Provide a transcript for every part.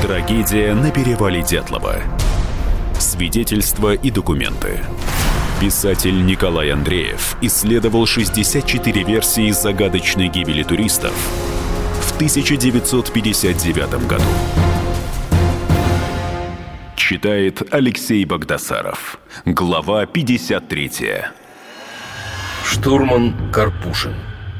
Трагедия на перевале Дятлова. Свидетельства и документы. Писатель Николай Андреев исследовал 64 версии загадочной гибели туристов в 1959 году. Читает Алексей Богдасаров. Глава 53. Штурман Карпушин.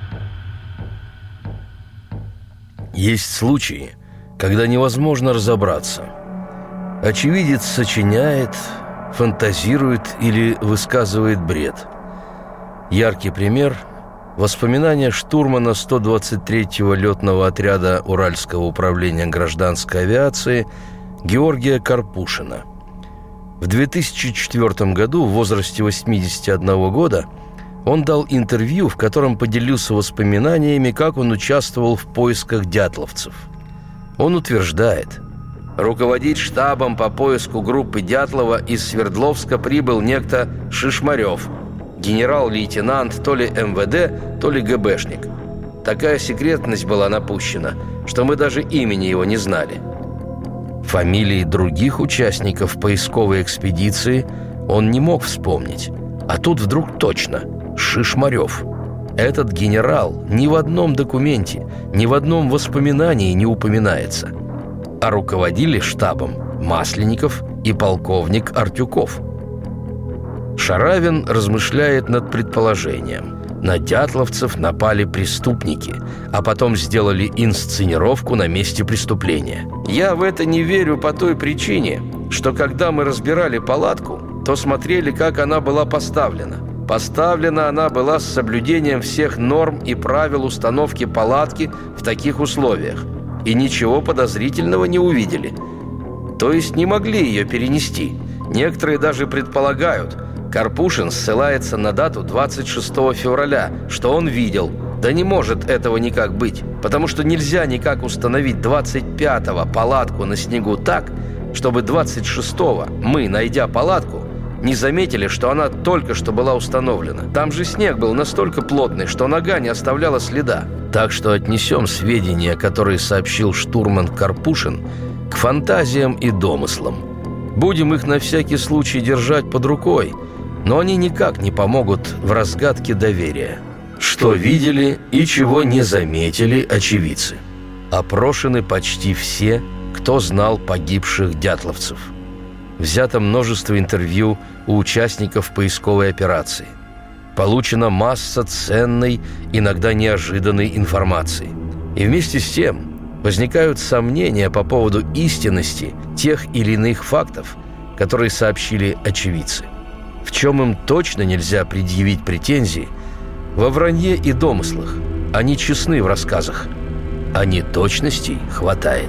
Есть случаи, когда невозможно разобраться. Очевидец сочиняет, фантазирует или высказывает бред. Яркий пример – воспоминания штурмана 123-го летного отряда Уральского управления гражданской авиации Георгия Карпушина. В 2004 году, в возрасте 81 года, он дал интервью, в котором поделился воспоминаниями, как он участвовал в поисках дятловцев. Он утверждает: руководить штабом по поиску группы Дятлова из Свердловска прибыл некто Шишмарев, генерал-лейтенант то ли МВД, то ли ГБшник. Такая секретность была напущена, что мы даже имени его не знали. Фамилии других участников поисковой экспедиции он не мог вспомнить. А тут вдруг точно – Шишмарев. Этот генерал ни в одном документе, ни в одном воспоминании не упоминается. А руководили штабом Масленников и полковник Артюков. Шаравин размышляет над предположением. На дятловцев напали преступники, а потом сделали инсценировку на месте преступления. Я в это не верю по той причине, что когда мы разбирали палатку, то смотрели, как она была поставлена. Поставлена она была с соблюдением всех норм и правил установки палатки в таких условиях, и ничего подозрительного не увидели. То есть не могли ее перенести. Некоторые даже предполагают, Карпушин ссылается на дату 26 февраля, что он видел. Да не может этого никак быть, потому что нельзя никак установить 25-го палатку на снегу так, чтобы 26-го мы, найдя палатку, не заметили, что она только что была установлена. Там же снег был настолько плотный, что нога не оставляла следа. Так что отнесем сведения, которые сообщил штурман Карпушин, к фантазиям и домыслам. Будем их на всякий случай держать под рукой, но они никак не помогут в разгадке доверия. Что видели и чего не заметили очевидцы. Опрошены почти все, кто знал погибших дятловцев. Взято множество интервью у участников поисковой операции. Получена масса ценной, иногда неожиданной информации. И вместе с тем возникают сомнения по поводу истинности тех или иных фактов, которые сообщили очевидцы. В чем им точно нельзя предъявить претензии? Во вранье и домыслах. Они честны в рассказах. А неточностей хватает.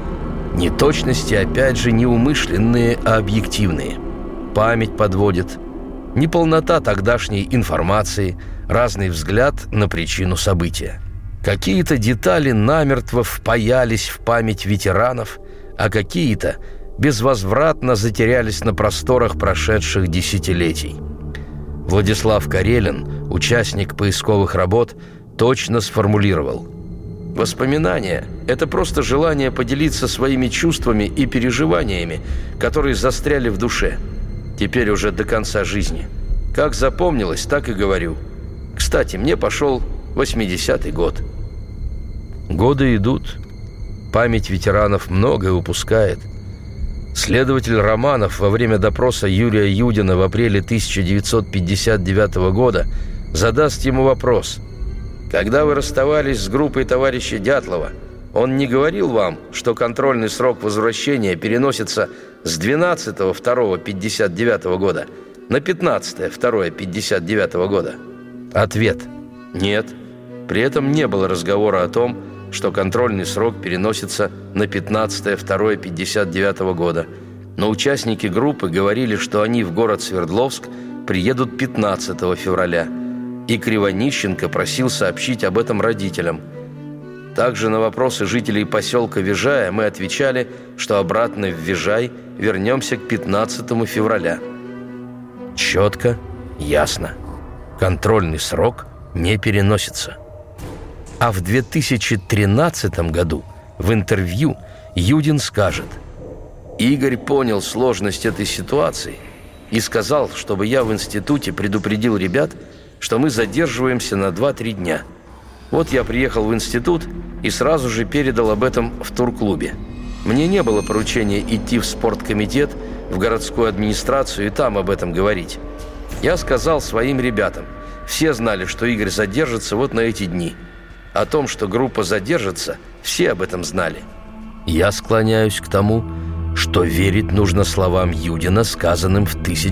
Неточности, опять же, не умышленные, а объективные. Память подводит. Неполнота тогдашней информации, разный взгляд на причину события. Какие-то детали намертво впаялись в память ветеранов, а какие-то безвозвратно затерялись на просторах прошедших десятилетий. Владислав Карелин, участник поисковых работ, точно сформулировал: воспоминания – это просто желание поделиться своими чувствами и переживаниями, которые застряли в душе. Теперь уже до конца жизни. Как запомнилось, так и говорю. Кстати, мне пошел 80-й год. Годы идут. Память ветеранов многое упускает. Следователь Романов во время допроса Юрия Юдина в апреле 1959 года задаст ему вопрос: когда вы расставались с группой товарища Дятлова, он не говорил вам, что контрольный срок возвращения переносится с 12.02.59 года на 15.02.59 года? Ответ: нет. При этом не было разговора о том, что контрольный срок переносится на 15.02.59 года. Но участники группы говорили, что они в город Свердловск приедут 15 февраля. И Кривонищенко просил сообщить об этом родителям. Также на вопросы жителей поселка Вижая мы отвечали, что обратно в Вижай вернемся к 15 февраля. Четко, ясно. Контрольный срок не переносится. А в 2013 году в интервью Юдин скажет: «Игорь понял сложность этой ситуации и сказал, чтобы я в институте предупредил ребят, что мы задерживаемся на 2-3 дня. Вот я приехал в институт и сразу же передал об этом в турклубе. Мне не было поручения идти в спорткомитет, в городскую администрацию и там об этом говорить. Я сказал своим ребятам. Все знали, что Игорь задержится вот на эти дни. О том, что группа задержится, все об этом знали». Я склоняюсь к тому, что верить нужно словам Юдина, сказанным в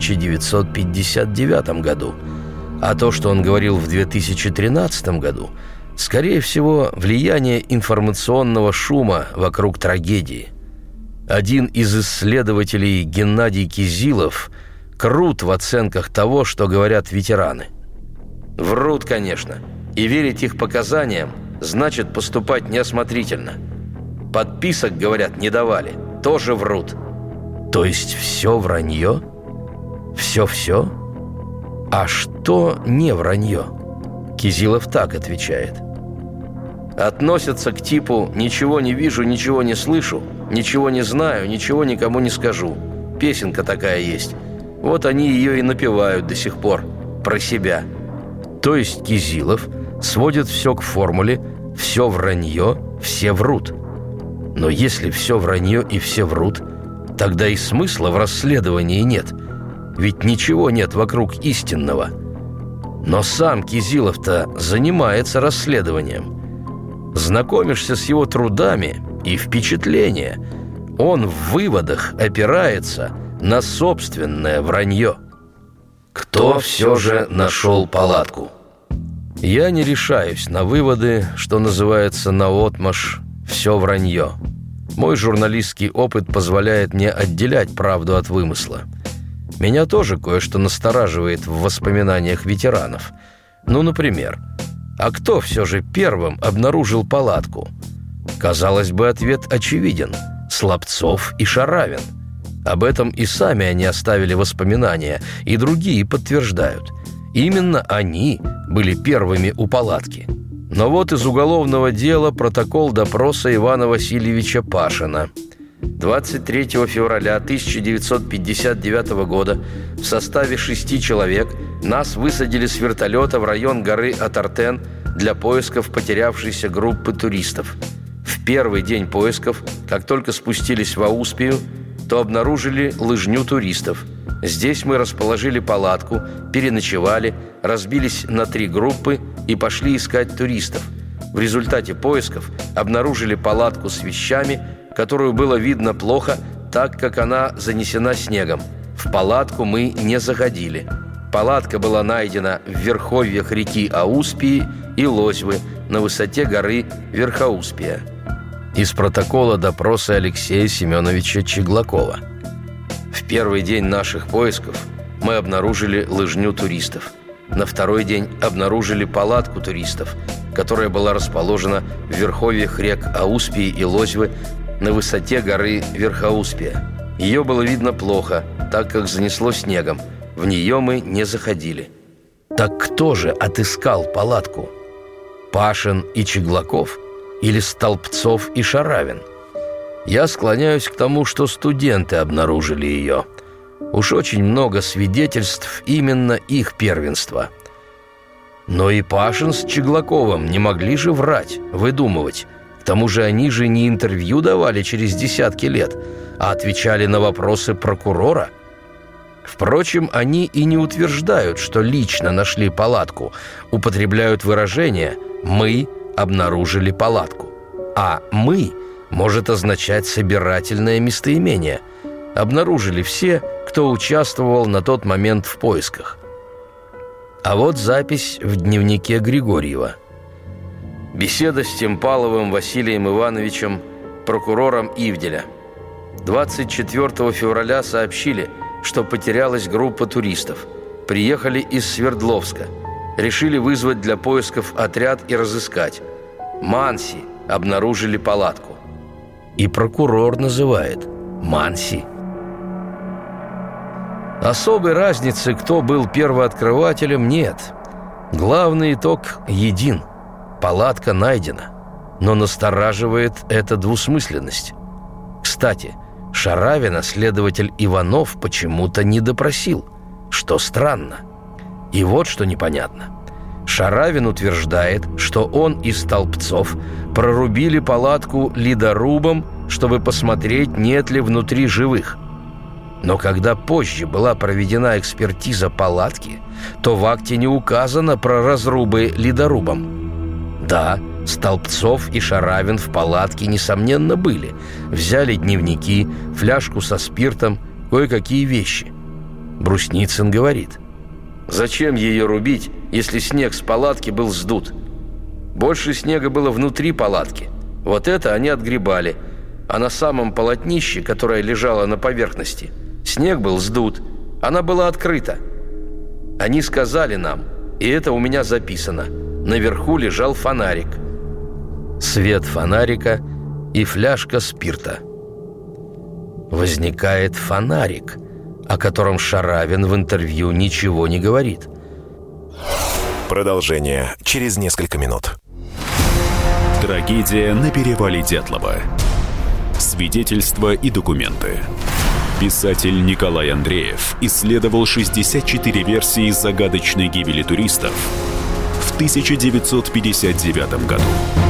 1959 году. А то, что он говорил в 2013 году, скорее всего, влияние информационного шума вокруг трагедии. Один из исследователей, Геннадий Кизилов, крут в оценках того, что говорят ветераны. Врут, конечно, и верить их показаниям значит поступать неосмотрительно. Подписок, говорят, не давали, тоже врут. То есть все вранье? Все-все? А что не вранье? Кизилов так отвечает. Относятся к типу «ничего не вижу, ничего не слышу, ничего не знаю, ничего никому не скажу». Песенка такая есть. Вот они ее и напевают до сих пор, про себя. То есть Кизилов сводит все к формуле «все вранье, все врут». Но если все вранье и все врут, тогда и смысла в расследовании нет. Ведь ничего нет вокруг истинного. Но сам Кизилов-то занимается расследованием. Знакомишься с его трудами и впечатления. Он в выводах опирается на собственное вранье. Кто все же нашел палатку? Я не решаюсь на выводы, что называется наотмашь «все вранье». Мой журналистский опыт позволяет мне отделять правду от вымысла. Меня тоже кое-что настораживает в воспоминаниях ветеранов. Ну, например, а кто все же первым обнаружил палатку? Казалось бы, ответ очевиден – Слабцов и Шаравин. Об этом и сами они оставили воспоминания, и другие подтверждают. Именно они были первыми у палатки. Но вот из уголовного дела протокол допроса Ивана Васильевича Пашина. 23 февраля 1959 года в составе 6 человек нас высадили с вертолета в район горы Атартен для поисков потерявшейся группы туристов. В первый день поисков, как только спустились в Ауспию, то обнаружили лыжню туристов. Здесь мы расположили палатку, переночевали, разбились на 3 группы и пошли искать туристов. В результате поисков обнаружили палатку с вещами, которую было видно плохо, так как она занесена снегом. В палатку мы не заходили. Палатка была найдена в верховьях реки Ауспии и Лозьвы на высоте горы Верхоуспия. Из протокола допроса Алексея Семеновича Чеглакова. В первый день наших поисков мы обнаружили лыжню туристов. На второй день обнаружили палатку туристов, которая была расположена в верховьях рек Ауспии и Лозьвы на высоте горы Верхоуспия. Ее было видно плохо, так как занесло снегом. В нее мы не заходили. Так кто же отыскал палатку? Пашин и Чеглаков или Столбцов и Шаравин? Я склоняюсь к тому, что студенты обнаружили ее. Уж очень много свидетельств именно их первенства. Но и Пашин с Чеглаковым не могли же врать, выдумывать. К тому же они же не интервью давали через десятки лет, а отвечали на вопросы прокурора. Впрочем, они и не утверждают, что лично нашли палатку, употребляют выражение «мы обнаружили палатку». А «мы» может означать собирательное местоимение. Обнаружили все, кто участвовал на тот момент в поисках. А вот запись в дневнике Григорьева. Беседа с Темпаловым Василием Ивановичем, прокурором Ивделя. 24 февраля сообщили, что потерялась группа туристов. Приехали из Свердловска. Решили вызвать для поисков отряд и разыскать. Манси обнаружили палатку. И прокурор называет Манси. Особой разницы, кто был первооткрывателем, нет. Главный итог един. Палатка найдена. Но настораживает эта двусмысленность. Кстати, Шаравина следователь Иванов почему-то не допросил, что странно. И вот что непонятно. Шаравин утверждает, что он и Столбцов прорубили палатку ледорубом, чтобы посмотреть, нет ли внутри живых. Но когда позже была проведена экспертиза палатки, то в акте не указано про разрубы ледорубом. Да, Столбцов и Шаравин в палатке, несомненно, были. Взяли дневники, фляжку со спиртом, кое-какие вещи. Брусницын говорит: «Зачем ее рубить, если снег с палатки был сдут? Больше снега было внутри палатки. Вот это они отгребали. А на самом полотнище, которое лежало на поверхности, снег был сдут. Она была открыта. Они сказали нам, и это у меня записано: наверху лежал фонарик». Свет фонарика и фляжка спирта. Возникает фонарик, о котором Шаравин в интервью ничего не говорит. Продолжение через несколько минут. Трагедия на перевале Дятлова. Свидетельства и документы. Писатель Николай Андреев исследовал 64 версии загадочной гибели туристов в 1959 году.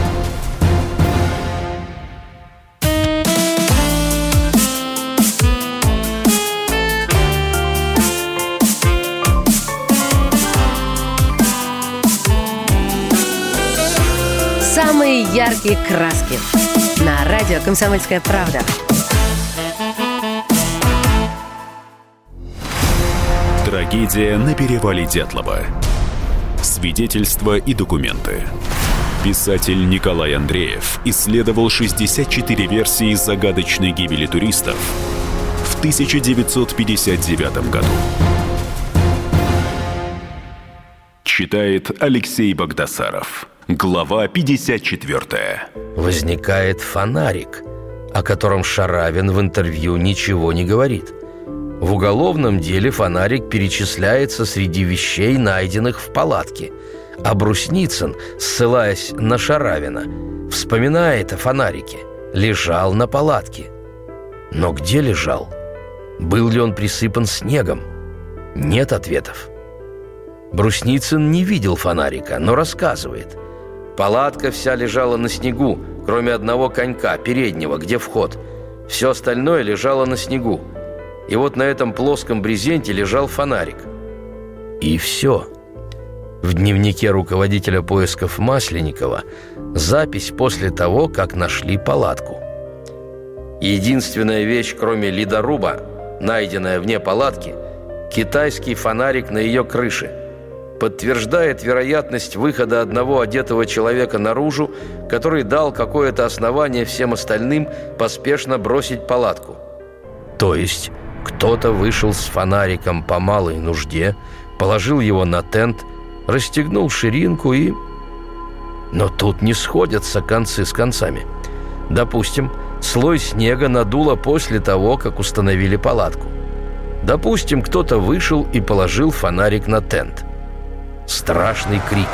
Самые яркие краски на радио «Комсомольская правда». Трагедия на перевале Дятлова. Свидетельства и документы. Писатель Николай Андреев исследовал 64 версии загадочной гибели туристов в 1959 году. Читает Алексей Богдасаров. Глава 54. Возникает фонарик, о котором Шаравин в интервью ничего не говорит. В уголовном деле фонарик перечисляется среди вещей, найденных в палатке. А Брусницын, ссылаясь на Шаравина, вспоминает о фонарике. Лежал на палатке. Но где лежал? Был ли он присыпан снегом? Нет ответов. Брусницын не видел фонарика, но рассказывает: палатка вся лежала на снегу, кроме одного конька, переднего, где вход. Все остальное лежало на снегу. И вот на этом плоском брезенте лежал фонарик. И все. В дневнике руководителя поисков Масленникова запись после того, как нашли палатку. Единственная вещь, кроме ледоруба, найденная вне палатки, китайский фонарик на ее крыше. Подтверждает вероятность выхода одного одетого человека наружу, который дал какое-то основание всем остальным поспешно бросить палатку. То есть кто-то вышел с фонариком по малой нужде, положил его на тент, расстегнул ширинку и... Но тут не сходятся концы с концами. Допустим, слой снега надуло после того, как установили палатку. Допустим, кто-то вышел и положил фонарик на тент. Страшный крик.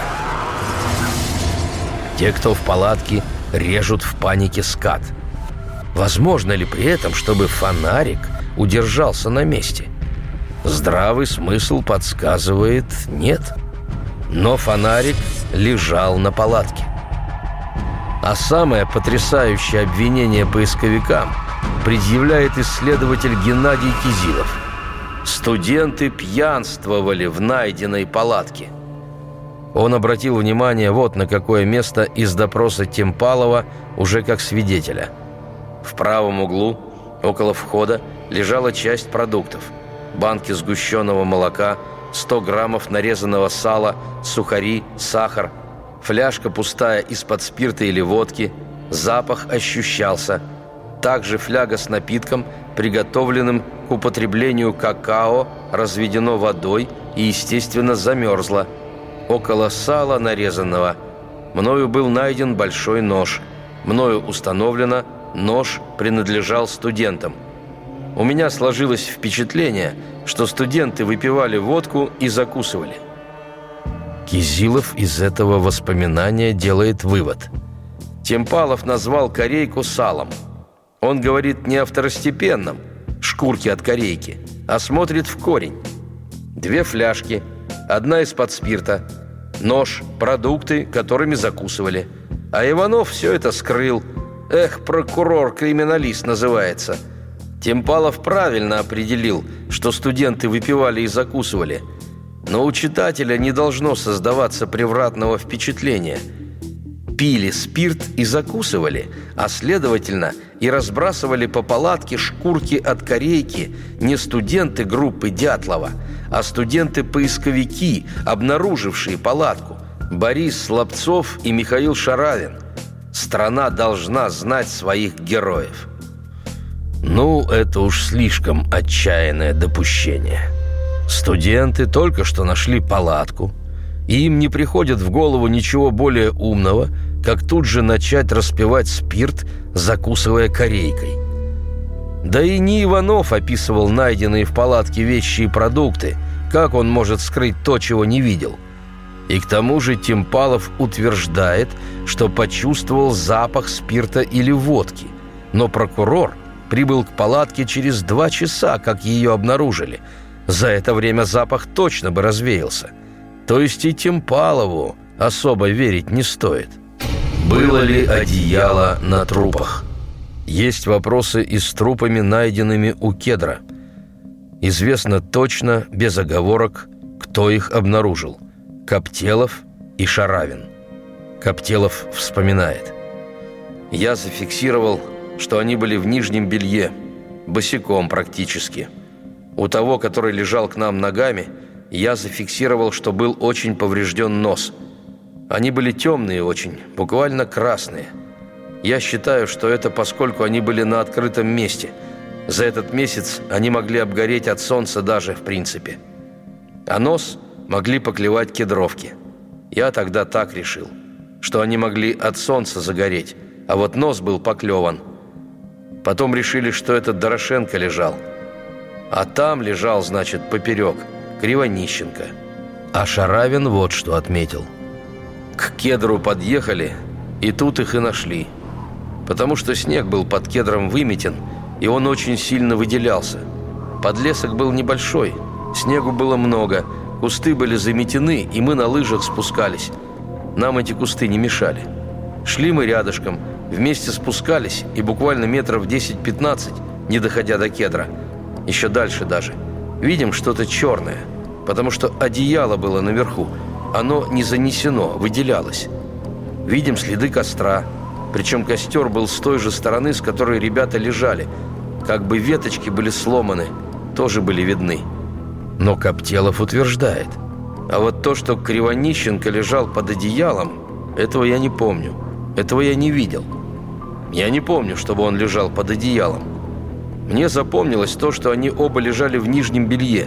Те, кто в палатке, режут в панике скат. Возможно ли при этом, чтобы фонарик удержался на месте? Здравый смысл подсказывает нет. Но фонарик лежал на палатке. А самое потрясающее обвинение поисковикам предъявляет исследователь Геннадий Кизилов. Студенты пьянствовали в найденной палатке. Он обратил внимание вот на какое место из допроса Темпалова уже как свидетеля. В правом углу, около входа, лежала часть продуктов: банки сгущенного молока, 100 граммов нарезанного сала, сухари, сахар, фляжка пустая из-под спирта или водки. Запах ощущался. Также фляга с напитком, приготовленным к употреблению какао, разведено водой и, естественно, замерзло. Около сала нарезанного мною был найден большой нож. Мною установлено, нож принадлежал студентам. У меня сложилось впечатление, что студенты выпивали водку и закусывали. Кизилов из этого воспоминания делает вывод. Темпалов назвал корейку салом. Он говорит не о второстепенном, шкурке от корейки, а смотрит в корень. 2 фляжки, 1 из-под спирта, нож, продукты, которыми закусывали. А Иванов все это скрыл. Эх, прокурор-криминалист называется. Тимпалов правильно определил, что студенты выпивали и закусывали. Но у читателя не должно создаваться превратного впечатления. Пили спирт и закусывали, а следовательно и разбрасывали по палатке шкурки от корейки не студенты группы Дятлова, а студенты-поисковики, обнаружившие палатку, Борис Слабцов и Михаил Шаравин. Страна должна знать своих героев. Ну, это уж слишком отчаянное допущение. Студенты только что нашли палатку, и им не приходит в голову ничего более умного, как тут же начать распивать спирт, закусывая корейкой. Да и не Иванов описывал найденные в палатке вещи и продукты. Как он может скрыть то, чего не видел? И к тому же Тимпалов утверждает, что почувствовал запах спирта или водки. Но прокурор прибыл к палатке через 2 часа, как ее обнаружили. За это время запах точно бы развеялся. То есть и Тимпалову особо верить не стоит. Было ли одеяло на трупах? Есть вопросы и с трупами, найденными у кедра. Известно точно, без оговорок, кто их обнаружил. Коптелов и Шаравин. Коптелов вспоминает: «Я зафиксировал, что они были в нижнем белье, босиком практически. У того, который лежал к нам ногами, я зафиксировал, что был очень поврежден нос. Они были темные очень, буквально красные. Я считаю, что это поскольку они были на открытом месте. За этот месяц они могли обгореть от солнца даже в принципе. А нос могли поклевать кедровки. Я тогда так решил, что они могли от солнца загореть, а вот нос был поклеван. Потом решили, что это Дорошенко лежал. А там лежал, значит, поперек Кривонищенко». А Шаравин вот что отметил: «К кедру подъехали, и тут их и нашли. Потому что снег был под кедром выметен, и он очень сильно выделялся. Подлесок был небольшой, снегу было много, кусты были заметены, и мы на лыжах спускались. Нам эти кусты не мешали. Шли мы рядышком, вместе спускались, и буквально метров 10-15, не доходя до кедра, еще дальше даже, видим что-то черное, потому что одеяло было наверху, оно не занесено, выделялось. Видим следы костра, причем костер был с той же стороны, с которой ребята лежали, как бы веточки были сломаны, тоже были видны». Но Коптелов утверждает: «А вот то, что Кривонищенко лежал под одеялом, этого я не помню, этого я не видел. Я не помню, чтобы он лежал под одеялом. Мне запомнилось то, что они оба лежали в нижнем белье.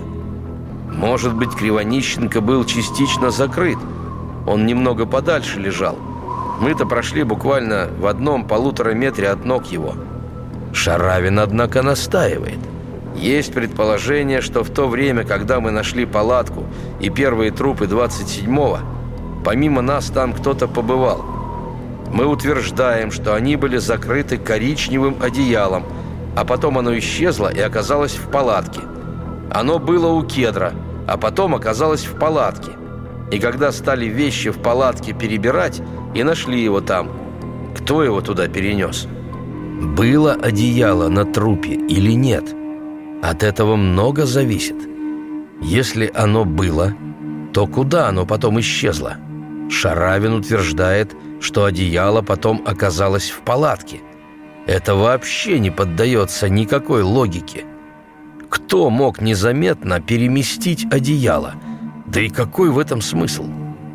Может быть, Кривонищенко был частично закрыт, он немного подальше лежал. Мы-то прошли буквально в 1-1,5 метре от ног его». Шаравин, однако, настаивает: «Есть предположение, что в то время, когда мы нашли палатку и первые трупы 27-го, помимо нас там кто-то побывал. Мы утверждаем, что они были закрыты коричневым одеялом, а потом оно исчезло и оказалось в палатке. Оно было у кедра, а потом оказалось в палатке. И когда стали вещи в палатке перебирать, и нашли его там. Кто его туда перенес? Было одеяло на трупе или нет? От этого много зависит. Если оно было, то куда оно потом исчезло? Шаравин утверждает, что одеяло потом оказалось в палатке. Это вообще не поддается никакой логике. Кто мог незаметно переместить одеяло? Да и какой в этом смысл?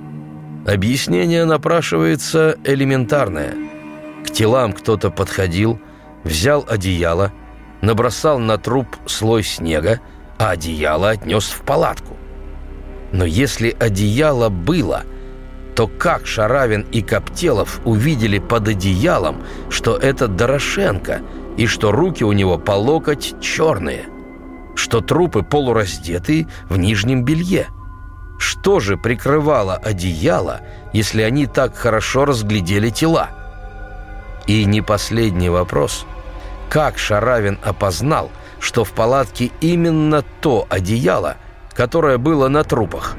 Объяснение напрашивается элементарное. К телам кто-то подходил, взял одеяло, набросал на труп слой снега, а одеяло отнес в палатку. Но если одеяло было, то как Шаравин и Коптелов увидели под одеялом, что это Дорошенко, и что руки у него по локоть черные, что трупы полураздетые в нижнем белье? Что же прикрывало одеяло, если они так хорошо разглядели тела? И не последний вопрос: как Шаравин опознал, что в палатке именно то одеяло, которое было на трупах?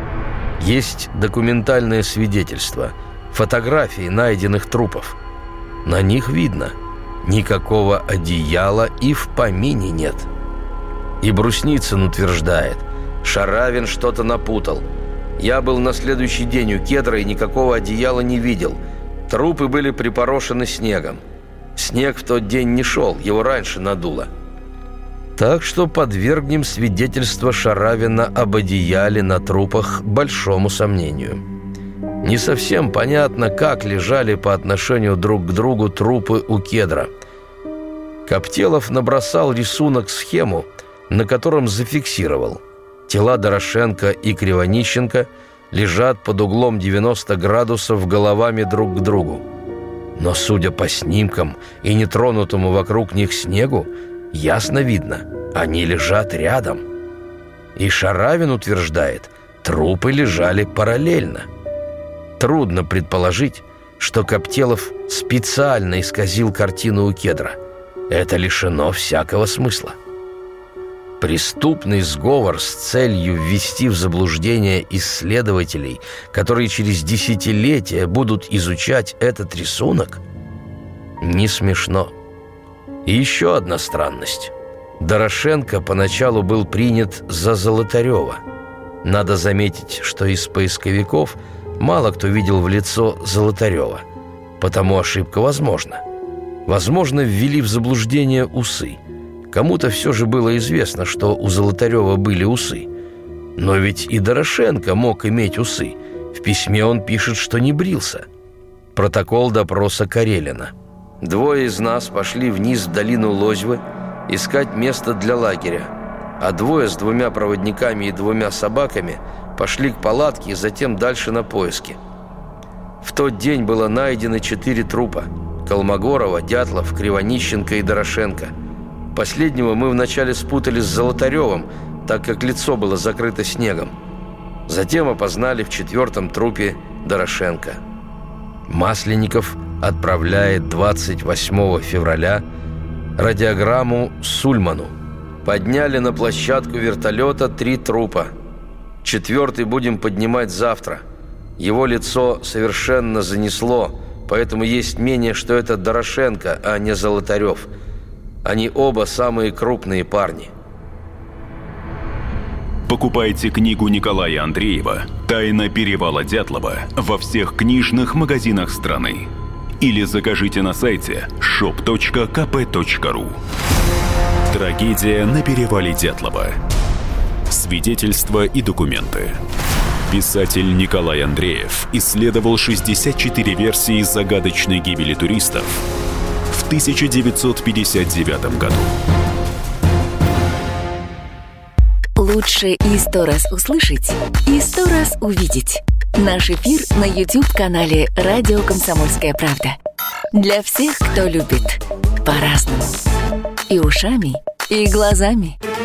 Есть документальное свидетельство, фотографии найденных трупов. На них видно, никакого одеяла и в помине нет. И Брусницын утверждает, Шаравин что-то напутал. Я был на следующий день у кедра и никакого одеяла не видел. Трупы были припорошены снегом. Снег в тот день не шел, его раньше надуло. Так что подвергнем свидетельство Шаравина об одеяле на трупах большому сомнению. Не совсем понятно, как лежали по отношению друг к другу трупы у кедра. Коптелов набросал рисунок-схему, на котором зафиксировал: тела Дорошенко и Кривонищенко лежат под углом 90 градусов головами друг к другу. Но, судя по снимкам и нетронутому вокруг них снегу, ясно видно, они лежат рядом. И Шаравин утверждает, трупы лежали параллельно. Трудно предположить, что Коптелов специально исказил картину у кедра. Это лишено всякого смысла. Преступный сговор с целью ввести в заблуждение исследователей, которые через десятилетия будут изучать этот рисунок, не смешно. И еще одна странность. Дорошенко поначалу был принят за Золотарева. Надо заметить, что из поисковиков мало кто видел в лицо Золотарева, потому ошибка возможна. Возможно, ввели в заблуждение усы. Кому-то все же было известно, что у Золотарева были усы. Но ведь и Дорошенко мог иметь усы. В письме он пишет, что не брился. Протокол допроса Карелина. 2 из нас пошли вниз в долину Лозьвы искать место для лагеря, а 2 с 2 проводниками и 2 собаками пошли к палатке и затем дальше на поиски. В тот день было найдено 4 трупа: Колмогорова, Дятлов, Кривонищенко и Дорошенко. Последнего мы вначале спутали с Золотаревым, так как лицо было закрыто снегом. Затем опознали в 4-м трупе Дорошенко. Масленников отправляет 28 февраля радиограмму Сульману. Подняли на площадку вертолета 3 трупа. 4-й будем поднимать завтра. Его лицо совершенно занесло, поэтому есть мнение, что это Дорошенко, а не Золотарев. Они оба самые крупные парни. Покупайте книгу Николая Андреева «Тайна перевала Дятлова» во всех книжных магазинах страны. Или закажите на сайте shop.kp.ru. Трагедия на перевале Дятлова. Свидетельства и документы. Писатель Николай Андреев исследовал 64 версии загадочной гибели туристов в 1959 году. Лучше и 100 раз услышать, и 100 раз увидеть. Наш эфир на YouTube-канале «Радио Комсомольская правда». Для всех, кто любит по-разному. И ушами, и глазами.